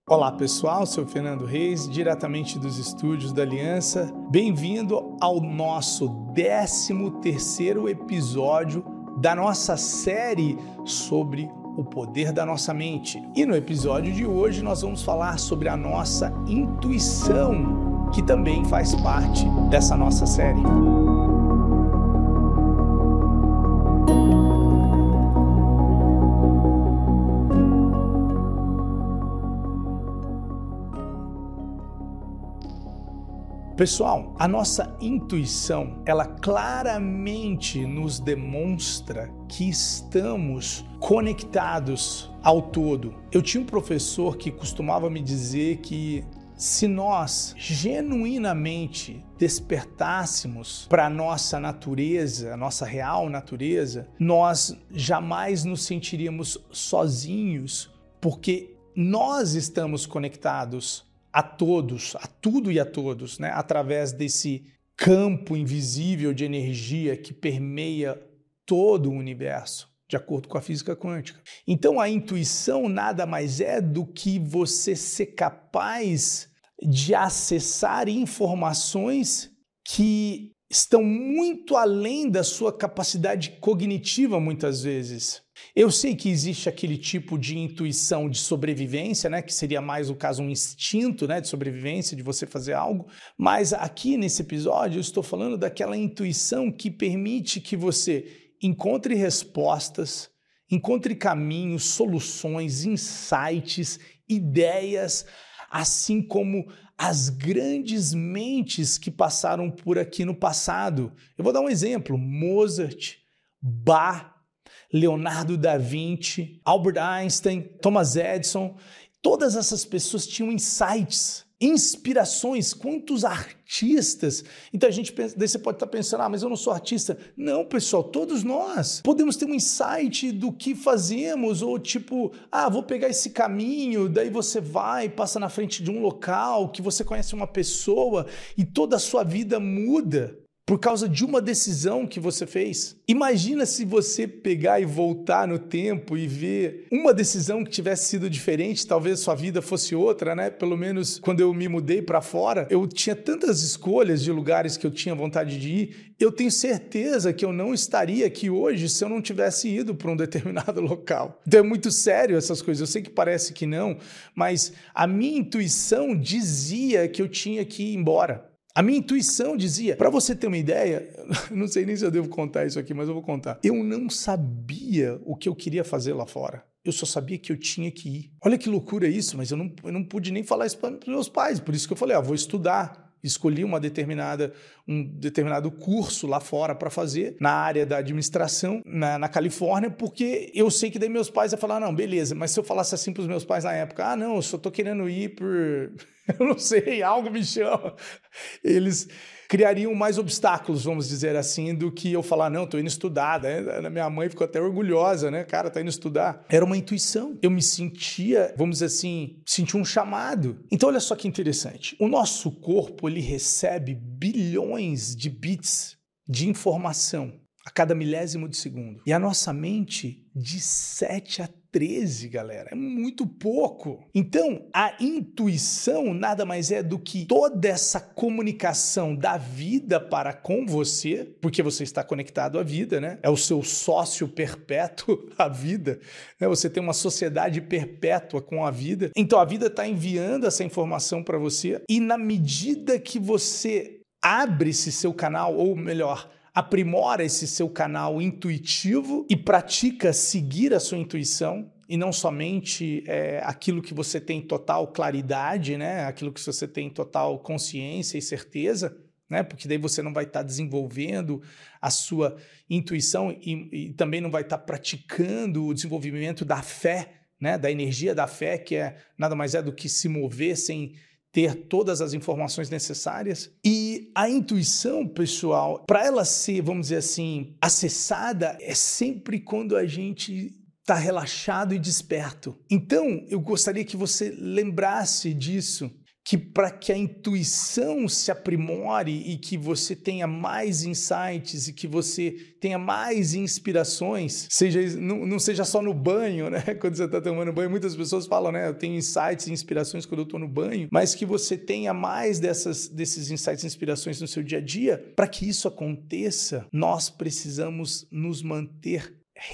Olá pessoal, sou Fernando Reis, diretamente dos estúdios da Aliança. Bem-vindo ao nosso 13º episódio da nossa série sobre o poder da nossa mente. E no episódio de hoje nós vamos falar sobre a nossa intuição, que também faz parte dessa nossa série. Pessoal, a nossa intuição, ela claramente nos demonstra que estamos conectados ao todo. Eu tinha um professor que costumava me dizer que se nós genuinamente despertássemos para a nossa natureza, a nossa real natureza, nós jamais nos sentiríamos sozinhos, porque nós estamos conectados a todos, a tudo e a todos, né? Através desse campo invisível de energia que permeia todo o universo, de acordo com a física quântica. Então a intuição nada mais é do que você ser capaz de acessar informações que estão muito além da sua capacidade cognitiva muitas vezes. Eu sei que existe aquele tipo de intuição de sobrevivência, né, que seria mais, no caso, um instinto, né, de sobrevivência, de você fazer algo, mas aqui nesse episódio eu estou falando daquela intuição que permite que você encontre respostas, encontre caminhos, soluções, insights, ideias, assim como as grandes mentes que passaram por aqui no passado. Eu vou dar um exemplo: Mozart, Bach, Leonardo da Vinci, Albert Einstein, Thomas Edison. Todas essas pessoas tinham insights, inspirações. Quantos artistas? Então a gente pensa, daí você pode estar pensando, mas eu não sou artista. Não, pessoal, todos nós podemos ter um insight do que fazemos, ou tipo, vou pegar esse caminho, daí você vai, passa na frente de um local que você conhece uma pessoa e toda a sua vida muda por causa de uma decisão que você fez. Imagina se você pegar e voltar no tempo e ver uma decisão que tivesse sido diferente, talvez sua vida fosse outra, né? Pelo menos quando eu me mudei para fora, eu tinha tantas escolhas de lugares que eu tinha vontade de ir. Eu tenho certeza que eu não estaria aqui hoje se eu não tivesse ido para um determinado local. Então é muito sério essas coisas. Eu sei que parece que não, mas a minha intuição dizia que eu tinha que ir embora. A minha intuição dizia, para você ter uma ideia, não sei nem se eu devo contar isso aqui, mas eu vou contar. Eu não sabia o que eu queria fazer lá fora. Eu só sabia que eu tinha que ir. Olha que loucura isso, mas eu não pude nem falar isso para os meus pais. Por isso que eu falei, vou estudar. Escolhi um determinado curso lá fora para fazer, na área da administração, na Califórnia, porque eu sei que daí meus pais iam falar, não, beleza, mas se eu falasse assim para os meus pais na época, não, eu só tô querendo ir por... eu não sei, algo me chama. Eles criariam mais obstáculos, vamos dizer assim, do que eu falar, não, tô indo estudar, né? Minha mãe ficou até orgulhosa, né? Cara, tá indo estudar. Era uma intuição. Eu me sentia, vamos dizer assim, um chamado. Então, olha só que interessante. O nosso corpo, ele recebe bilhões de bits de informação a cada milésimo de segundo. E a nossa mente, de 7 a 13, galera, é muito pouco. Então, a intuição nada mais é do que toda essa comunicação da vida para com você, porque você está conectado à vida, né? É o seu sócio perpétuo, a vida, né? Você tem uma sociedade perpétua com a vida. Então, a vida está enviando essa informação para você e na medida que você abre esse seu canal, ou melhor, aprimora esse seu canal intuitivo e pratica seguir a sua intuição e não somente aquilo que você tem total claridade, né? Aquilo que você tem total consciência e certeza, né? Porque daí você não vai estar desenvolvendo a sua intuição e também não vai estar praticando o desenvolvimento da fé, né? Da energia da fé, que nada mais é do que se mover sem ter todas as informações necessárias. E a intuição, pessoal, para ela ser, vamos dizer assim, acessada, é sempre quando a gente está relaxado e desperto. Então, eu gostaria que você lembrasse disso, que para que a intuição se aprimore e que você tenha mais insights e que você tenha mais inspirações, não seja só no banho, né? Quando você está tomando banho, muitas pessoas falam, né? Eu tenho insights e inspirações quando eu estou no banho, mas que você tenha mais desses insights e inspirações no seu dia a dia. Para que isso aconteça, nós precisamos nos manter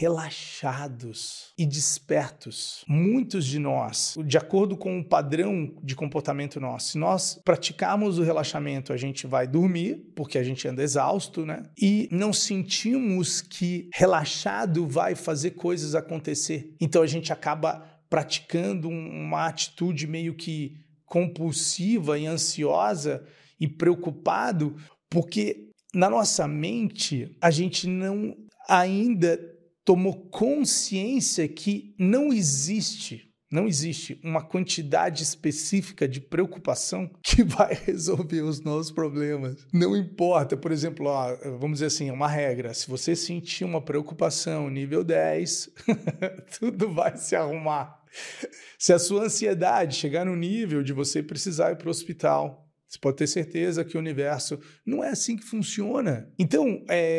relaxados e despertos. Muitos de nós, de acordo com o padrão de comportamento nosso, se nós praticarmos o relaxamento, a gente vai dormir, porque a gente anda exausto, né? E não sentimos que relaxado vai fazer coisas acontecer. Então a gente acaba praticando uma atitude meio que compulsiva e ansiosa e preocupado, porque na nossa mente a gente não ainda tomou consciência que não existe uma quantidade específica de preocupação que vai resolver os nossos problemas. Não importa, por exemplo, vamos dizer assim, uma regra, se você sentir uma preocupação nível 10, tudo vai se arrumar. Se a sua ansiedade chegar no nível de você precisar ir para o hospital, você pode ter certeza que o universo não é assim que funciona. Então,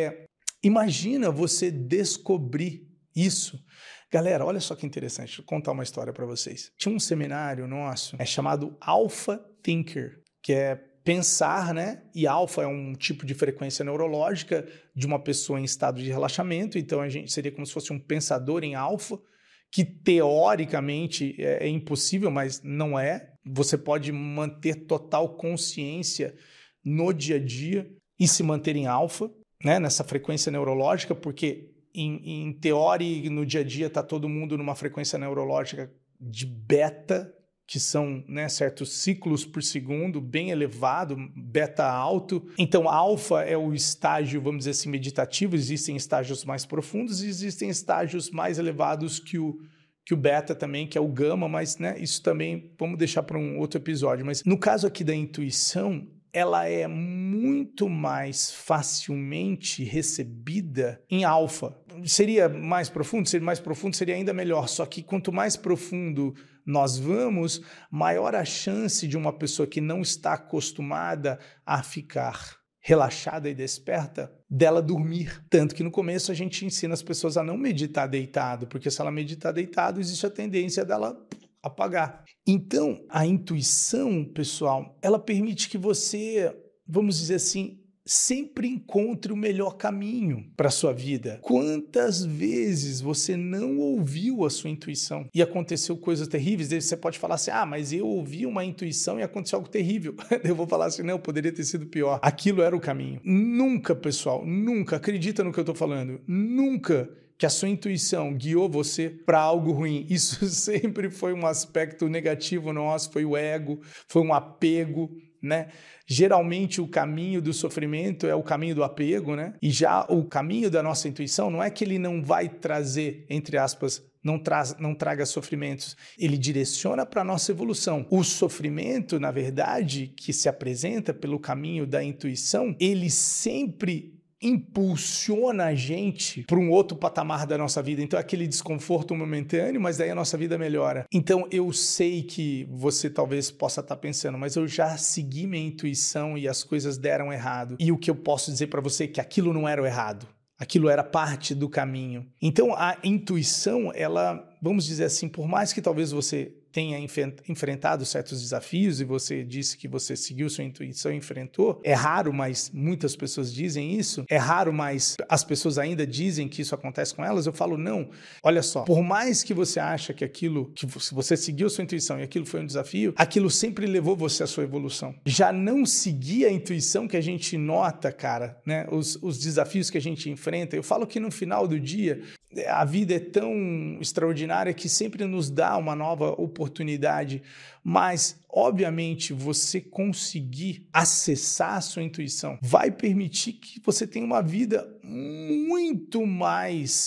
imagina você descobrir isso. Galera, olha só que interessante, deixa eu contar uma história para vocês. Tinha um seminário nosso, chamado Alpha Thinker, que é pensar, né? E alfa é um tipo de frequência neurológica de uma pessoa em estado de relaxamento, então a gente seria como se fosse um pensador em alfa, que teoricamente é impossível, mas não é. Você pode manter total consciência no dia a dia e se manter em alfa, né, nessa frequência neurológica, porque em teoria no dia a dia está todo mundo numa frequência neurológica de beta, que são, né, certos ciclos por segundo, bem elevado, beta alto. Então, alfa é o estágio, vamos dizer assim, meditativo. Existem estágios mais profundos e existem estágios mais elevados que o beta também, que é o gama, mas, né, isso também vamos deixar para um outro episódio. Mas no caso aqui da intuição, ela é muito mais facilmente recebida em alfa. Seria mais profundo? Seria mais profundo, seria ainda melhor. Só que quanto mais profundo nós vamos, maior a chance de uma pessoa que não está acostumada a ficar relaxada e desperta, dela dormir. Tanto que no começo a gente ensina as pessoas a não meditar deitado, porque se ela meditar deitado, existe a tendência dela apagar. Então, a intuição, pessoal, ela permite que você, vamos dizer assim, sempre encontre o melhor caminho para a sua vida. Quantas vezes você não ouviu a sua intuição e aconteceu coisas terríveis? Daí você pode falar assim, mas eu ouvi uma intuição e aconteceu algo terrível. Eu vou falar assim, não, poderia ter sido pior. Aquilo era o caminho. Nunca, pessoal, nunca, acredita no que eu estou falando, nunca que a sua intuição guiou você para algo ruim. Isso sempre foi um aspecto negativo nosso, foi o ego, foi um apego, né? Geralmente o caminho do sofrimento é o caminho do apego, né? E já o caminho da nossa intuição não é que ele não vai trazer, entre aspas, não traga sofrimentos, ele direciona para a nossa evolução. O sofrimento, na verdade, que se apresenta pelo caminho da intuição, ele sempre impulsiona a gente para um outro patamar da nossa vida. Então, aquele desconforto momentâneo, mas daí a nossa vida melhora. Então, eu sei que você talvez possa estar pensando, mas eu já segui minha intuição e as coisas deram errado. E o que eu posso dizer para você é que aquilo não era o errado. Aquilo era parte do caminho. Então, a intuição, ela, vamos dizer assim, por mais que talvez você tenha enfrentado certos desafios e você disse que você seguiu sua intuição e enfrentou, é raro, mas muitas pessoas dizem isso, é raro, mas as pessoas ainda dizem que isso acontece com elas, eu falo, não, olha só, por mais que você acha que aquilo, que você seguiu sua intuição e aquilo foi um desafio, aquilo sempre levou você à sua evolução. Já não seguir a intuição que a gente nota, cara, né, os desafios que a gente enfrenta, eu falo que no final do dia, a vida é tão extraordinária que sempre nos dá uma nova oportunidade, mas, obviamente, você conseguir acessar a sua intuição vai permitir que você tenha uma vida muito mais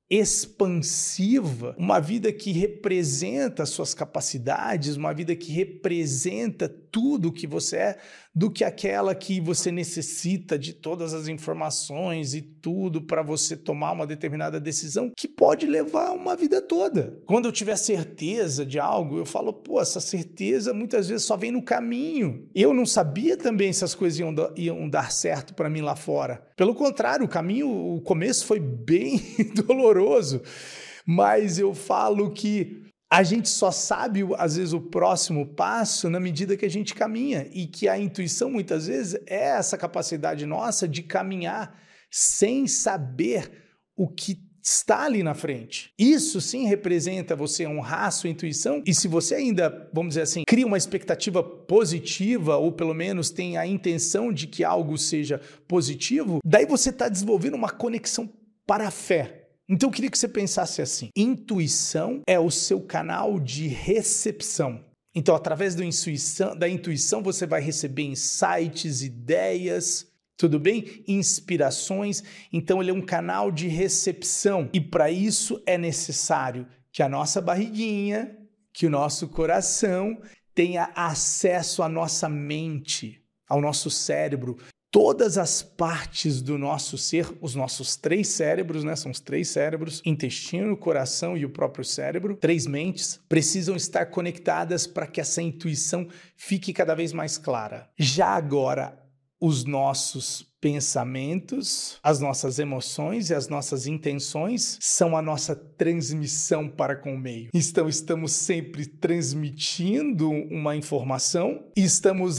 expansiva, uma vida que representa as suas capacidades, uma vida que representa tudo o que você é, do que aquela que você necessita de todas as informações e tudo para você tomar uma determinada decisão que pode levar uma vida toda. Quando eu tiver certeza de algo, eu falo, essa certeza muitas vezes só vem no caminho. Eu não sabia também se as coisas iam dar certo para mim lá fora. Pelo contrário, o começo foi bem doloroso, mas eu falo que a gente só sabe, às vezes, o próximo passo na medida que a gente caminha, e que a intuição, muitas vezes, é essa capacidade nossa de caminhar sem saber o que está ali na frente. Isso sim representa você honrar a sua intuição, e se você ainda, vamos dizer assim, cria uma expectativa positiva, ou pelo menos tem a intenção de que algo seja positivo, daí você está desenvolvendo uma conexão para a fé. Então eu queria que você pensasse assim: intuição é o seu canal de recepção. Então, através da intuição, você vai receber insights, ideias, tudo bem? Inspirações. Então, ele é um canal de recepção. E para isso é necessário que a nossa barriguinha, que o nosso coração tenha acesso à nossa mente, ao nosso cérebro. Todas as partes do nosso ser, os nossos 3 cérebros, né? São os 3 cérebros, intestino, coração e o próprio cérebro, 3 mentes, precisam estar conectadas para que essa intuição fique cada vez mais clara. Já agora, os nossos pensamentos, as nossas emoções e as nossas intenções são a nossa transmissão para com o meio. Então, estamos sempre transmitindo uma informação e estamos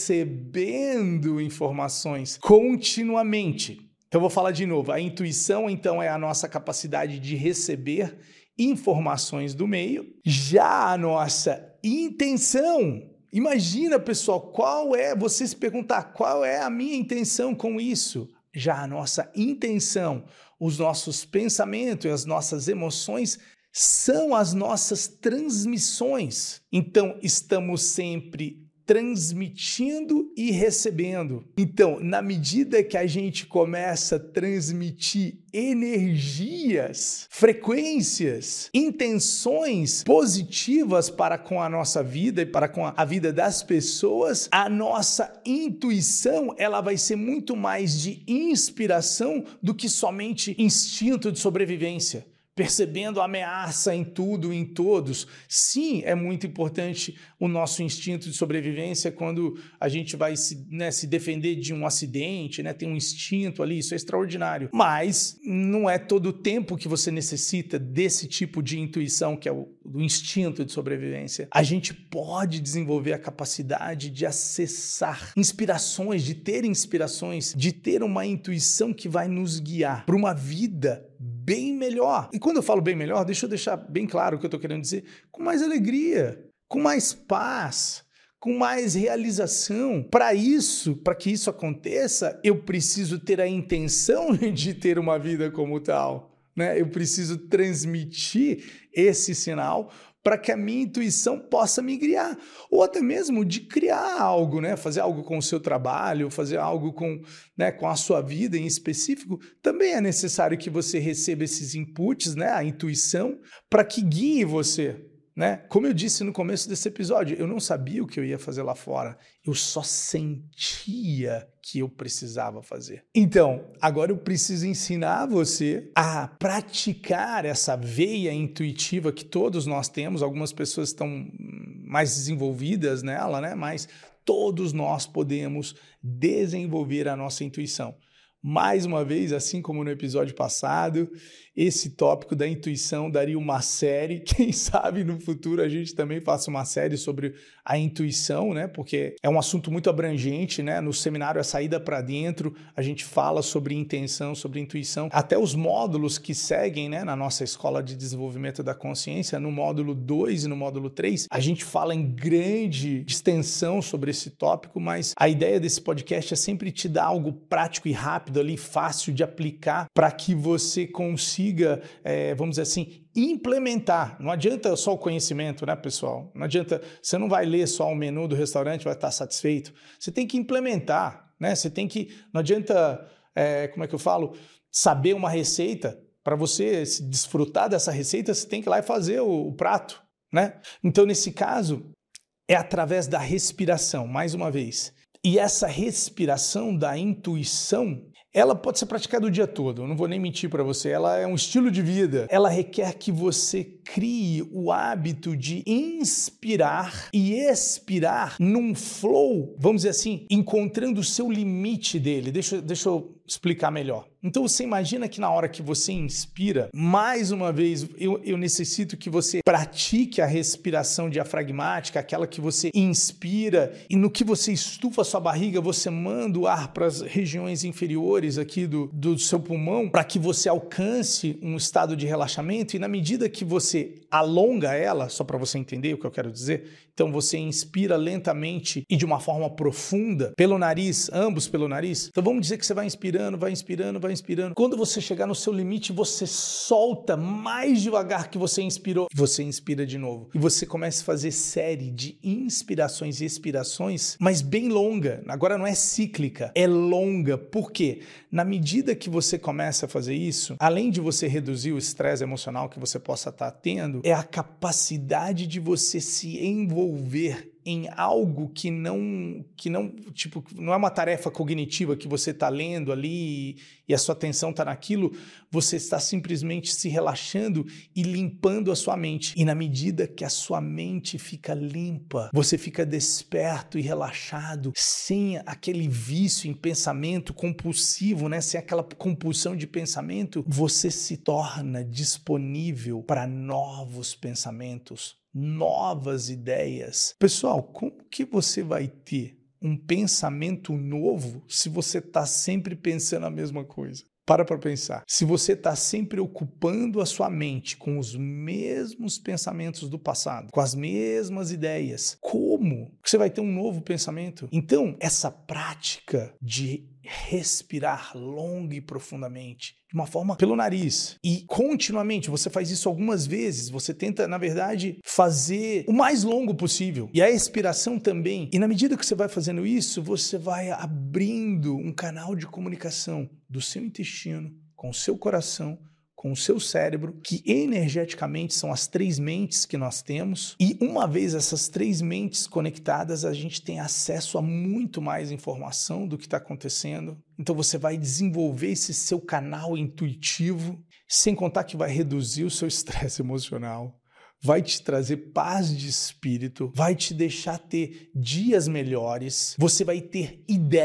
recebendo informações continuamente. Então, eu vou falar de novo. A intuição, então, é a nossa capacidade de receber informações do meio. Já a nossa intenção, imagina, pessoal, você se perguntar qual é a minha intenção com isso. Já a nossa intenção, os nossos pensamentos e as nossas emoções são as nossas transmissões. Então, estamos sempre transmitindo e recebendo. Então, na medida que a gente começa a transmitir energias, frequências, intenções positivas para com a nossa vida e para com a vida das pessoas, a nossa intuição, ela vai ser muito mais de inspiração do que somente instinto de sobrevivência. Percebendo a ameaça em tudo e em todos. Sim, é muito importante o nosso instinto de sobrevivência quando a gente vai se defender de um acidente, tem um instinto ali, isso é extraordinário. Mas não é todo o tempo que você necessita desse tipo de intuição, que é o instinto de sobrevivência. A gente pode desenvolver a capacidade de acessar inspirações, de ter uma intuição que vai nos guiar para uma vida bem melhor. E quando eu falo bem melhor, deixa eu deixar bem claro o que eu estou querendo dizer: com mais alegria, com mais paz, com mais realização. Para que isso aconteça, eu preciso ter a intenção de ter uma vida como tal, Eu preciso transmitir esse sinal para que a minha intuição possa me guiar, ou até mesmo de criar algo, fazer algo com o seu trabalho, fazer algo com a sua vida em específico. Também é necessário que você receba esses inputs, a intuição, para que guie você. Como eu disse no começo desse episódio, eu não sabia o que eu ia fazer lá fora, eu só sentia que eu precisava fazer. Então, agora eu preciso ensinar você a praticar essa veia intuitiva que todos nós temos. Algumas pessoas estão mais desenvolvidas nela, mas todos nós podemos desenvolver a nossa intuição. Mais uma vez, assim como no episódio passado, esse tópico da intuição daria uma série. Quem sabe no futuro a gente também faça uma série sobre a intuição, Porque é um assunto muito abrangente, No seminário A Saída para Dentro, a gente fala sobre intenção, sobre intuição. Até os módulos que seguem, na nossa Escola de Desenvolvimento da Consciência, no módulo 2 e no módulo 3, a gente fala em grande extensão sobre esse tópico, mas a ideia desse podcast é sempre te dar algo prático e rápido ali, fácil de aplicar, para que você consiga, vamos dizer assim, implementar. Não adianta só o conhecimento, pessoal? Não adianta, você não vai ler só o menu do restaurante e vai estar satisfeito. Você tem que implementar, Você tem que, não adianta, saber uma receita, Para você desfrutar dessa receita, você tem que ir lá e fazer o prato, né? Então, nesse caso, é através da respiração, mais uma vez. E essa respiração da intuição, ela pode ser praticada o dia todo, eu não vou nem mentir para você, ela é um estilo de vida. Ela requer que você crie o hábito de inspirar e expirar num flow, vamos dizer assim, encontrando o seu limite dele. Deixa eu explicar melhor. Então você imagina que na hora que você inspira, mais uma vez, eu necessito que você pratique a respiração diafragmática, aquela que você inspira e no que você estufa a sua barriga, você manda o ar para as regiões inferiores aqui do seu pulmão, para que você alcance um estado de relaxamento, e na medida que você alonga ela, só para você entender o que eu quero dizer, então você inspira lentamente e de uma forma profunda, pelo nariz, ambos pelo nariz. Então vamos dizer que você vai inspirando, vai inspirando, vai inspirando. Quando você chegar no seu limite, você solta mais devagar que você inspirou. Você inspira de novo. E você começa a fazer série de inspirações e expirações, mas bem longa. Agora não é cíclica, é longa. Por quê? Na medida que você começa a fazer isso, além de você reduzir o estresse emocional que você possa estar tendo, é a capacidade de você se envolver em algo que não é uma tarefa cognitiva que você está lendo ali e a sua atenção está naquilo, você está simplesmente se relaxando e limpando a sua mente. E na medida que a sua mente fica limpa, você fica desperto e relaxado, sem aquele vício em pensamento compulsivo, né? Sem aquela compulsão de pensamento, você se torna disponível para novos pensamentos, novas ideias. Pessoal, como que você vai ter um pensamento novo se você está sempre pensando a mesma coisa? Para pensar. Se você está sempre ocupando a sua mente com os mesmos pensamentos do passado, com as mesmas ideias, como você vai ter um novo pensamento? Então, essa prática de respirar longa e profundamente, de uma forma pelo nariz, e continuamente, você faz isso algumas vezes, você tenta, na verdade, fazer o mais longo possível, e a expiração também, e na medida que você vai fazendo isso, você vai abrindo um canal de comunicação do seu intestino com o seu coração, com o seu cérebro, que energeticamente são as três mentes que nós temos, e uma vez essas três mentes conectadas, a gente tem acesso a muito mais informação do que está acontecendo. Então você vai desenvolver esse seu canal intuitivo, sem contar que vai reduzir o seu estresse emocional, vai te trazer paz de espírito, vai te deixar ter dias melhores, você vai ter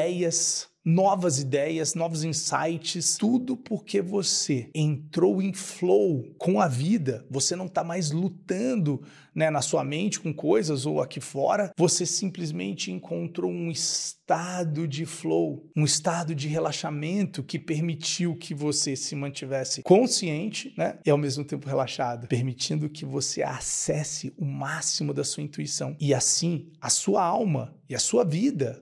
novas ideias, novos insights, tudo porque você entrou em flow com a vida. Você não está mais lutando, né, na sua mente com coisas ou aqui fora, você simplesmente encontrou um estado de flow, um estado de relaxamento que permitiu que você se mantivesse consciente, né, e ao mesmo tempo relaxado, permitindo que você acesse o máximo da sua intuição e assim a sua alma e a sua vida,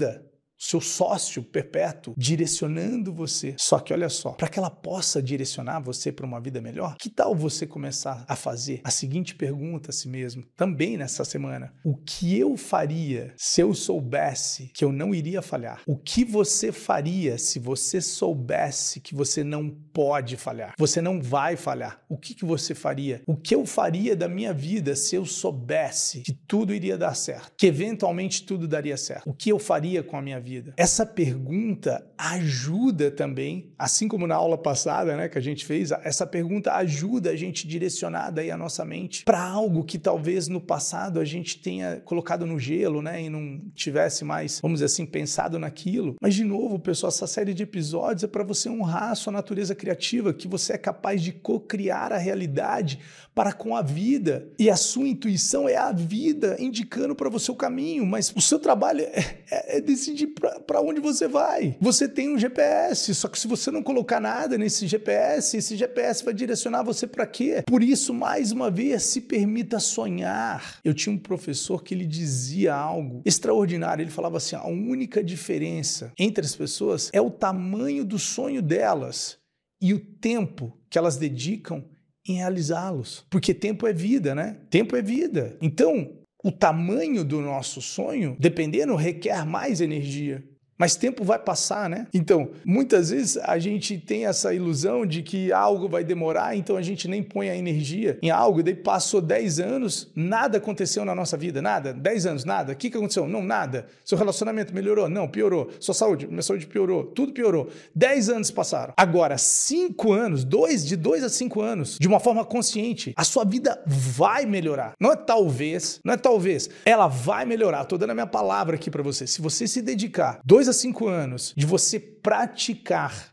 seu sócio perpétuo, direcionando você. Só que olha só, para que ela possa direcionar você para uma vida melhor, que tal você começar a fazer a seguinte pergunta a si mesmo, também nessa semana: o que eu faria se eu soubesse que eu não iria falhar? O que você faria se você soubesse que você não pode falhar? Você não vai falhar. O que você faria? O que eu faria da minha vida se eu soubesse que tudo iria dar certo? Que eventualmente tudo daria certo? O que eu faria com a minha vida? Essa pergunta ajuda também, assim como na aula passada, né, que a gente fez, essa pergunta ajuda a gente direcionar daí a nossa mente para algo que talvez no passado a gente tenha colocado no gelo, né, e não tivesse mais, vamos dizer assim, pensado naquilo. Mas de novo, pessoal, essa série de episódios é para você honrar a sua natureza criativa, que você é capaz de co-criar a realidade para com a vida, e a sua intuição é a vida indicando para você o caminho, mas o seu trabalho é decidir para onde você vai. Você tem um GPS, só que se você não colocar nada nesse GPS, esse GPS vai direcionar você para quê? Por isso, mais uma vez, se permita sonhar. Eu tinha um professor que ele dizia algo extraordinário, ele falava assim: a única diferença entre as pessoas é o tamanho do sonho delas e o tempo que elas dedicam em realizá-los. Porque tempo é vida, né? Tempo é vida. Então, o tamanho do nosso sonho, dependendo, requer mais energia. Mas tempo vai passar, né? Então, muitas vezes a gente tem essa ilusão de que algo vai demorar, então a gente nem põe a energia em algo, e daí passou 10 anos, nada aconteceu na nossa vida, nada. 10 anos, nada. O que aconteceu? Não, nada. Seu relacionamento melhorou? Não, piorou. Sua saúde, minha saúde piorou. Tudo piorou. 10 anos passaram. Agora, 5 anos, de 2 a 5 anos, de uma forma consciente, a sua vida vai melhorar. Não é talvez, ela vai melhorar. Estou dando a minha palavra aqui para você. Se você se dedicar 2 a 5 anos de você praticar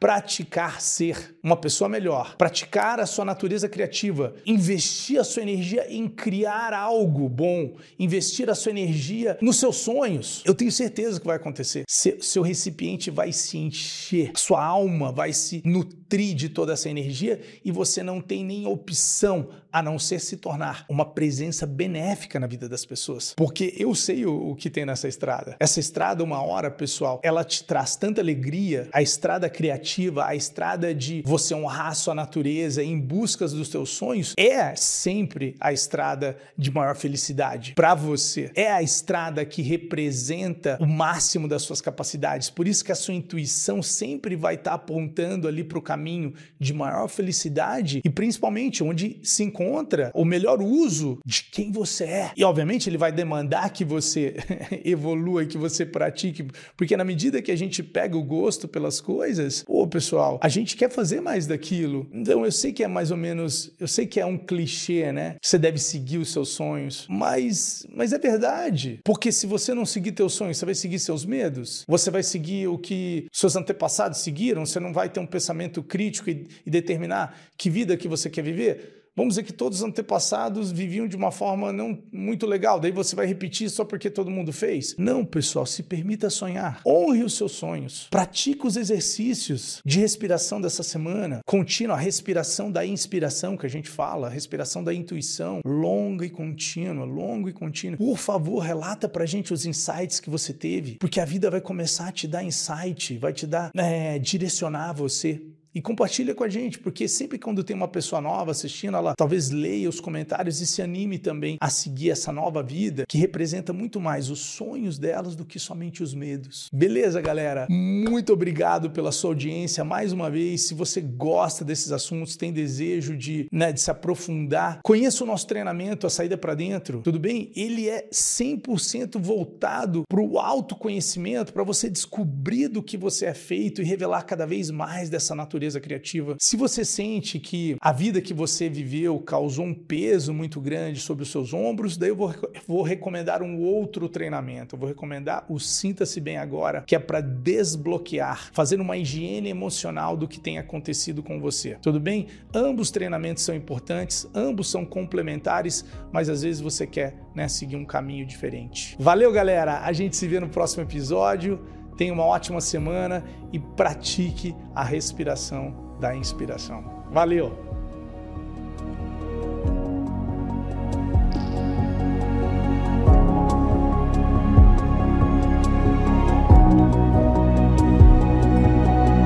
ser uma pessoa melhor, praticar a sua natureza criativa, investir a sua energia em criar algo bom, investir a sua energia nos seus sonhos, eu tenho certeza que vai acontecer. Seu recipiente vai se encher, sua alma vai se nutrir de toda essa energia e você não tem nem opção a não ser se tornar uma presença benéfica na vida das pessoas. Porque eu sei o que tem nessa estrada. Essa estrada, uma hora, pessoal, ela te traz tanta alegria, a estrada criativa, a estrada de você honrar a sua natureza em busca dos teus sonhos, é sempre a estrada de maior felicidade para você. É a estrada que representa o máximo das suas capacidades. Por isso que a sua intuição sempre vai estar apontando ali para o caminho de maior felicidade e principalmente onde se encontra o melhor uso de quem você é. E obviamente ele vai demandar que você evolua e que você pratique, porque na medida que a gente pega o gosto pelas coisas, pessoal, a gente quer fazer mais daquilo. Então eu sei que é mais ou menos, eu sei que é um clichê, né? Você deve seguir os seus sonhos, mas é verdade. Porque se você não seguir teus sonhos, você vai seguir seus medos? Você vai seguir o que seus antepassados seguiram? Você não vai ter um pensamento crítico e determinar que vida que você quer viver? Vamos dizer que todos os antepassados viviam de uma forma não muito legal, daí você vai repetir só porque todo mundo fez? Não, pessoal, se permita sonhar. Honre os seus sonhos. Pratique os exercícios de respiração dessa semana. Contínua, a respiração da inspiração que a gente fala, a respiração da intuição, longa e contínua, longa e contínua. Por favor, relata pra gente os insights que você teve, porque a vida vai começar a te dar insight, vai te dar, direcionar você. E compartilha com a gente, porque sempre quando tem uma pessoa nova assistindo, ela talvez leia os comentários e se anime também a seguir essa nova vida, que representa muito mais os sonhos delas do que somente os medos. Beleza, galera? Muito obrigado pela sua audiência mais uma vez. Se você gosta desses assuntos, tem desejo de se aprofundar, conheça o nosso treinamento, A Saída para Dentro, tudo bem? Ele é 100% voltado para o autoconhecimento, para você descobrir do que você é feito e revelar cada vez mais dessa natureza criativa. Se você sente que a vida que você viveu causou um peso muito grande sobre os seus ombros, daí eu vou recomendar um outro treinamento. Eu vou recomendar o Sinta-se Bem Agora, que é para desbloquear, fazer uma higiene emocional do que tem acontecido com você. Tudo bem? Ambos treinamentos são importantes, ambos são complementares, mas às vezes você quer, seguir um caminho diferente. Valeu, galera! A gente se vê no próximo episódio. Tenha uma ótima semana e pratique a respiração da inspiração. Valeu!